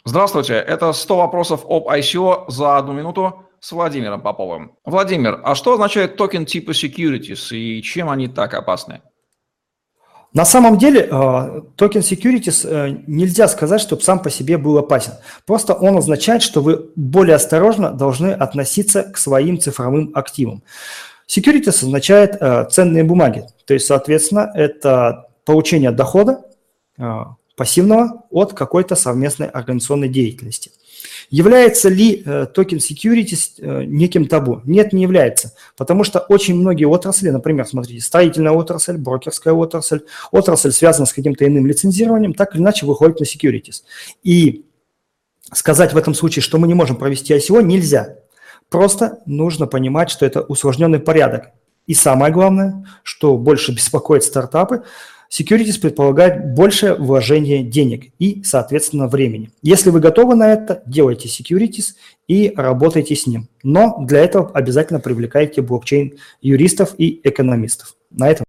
Здравствуйте, это 100 вопросов об ICO за 1 минуту с Владимиром Поповым. Владимир, а что означает токен типа securities и чем они так опасны? На самом деле токен securities нельзя сказать, чтобы сам по себе был опасен. Просто он означает, что вы более осторожно должны относиться к своим цифровым активам. Securities означает ценные бумаги, то есть, соответственно, это получение дохода пассивного от какой-то совместной организационной деятельности. Является ли токен securities неким табу? Нет, не является, потому что очень многие отрасли, например, смотрите, строительная отрасль, брокерская отрасль, связанная с каким-то иным лицензированием, так или иначе выходит на securities. И сказать в этом случае, что мы не можем провести ICO, нельзя. Просто нужно понимать, что это усложненный порядок. И самое главное, что больше беспокоит стартапы, securities предполагает большее вложение денег и, соответственно, времени. Если вы готовы на это, делайте securities и работайте с ним. Но для этого обязательно привлекайте блокчейн-юристов и экономистов. На этом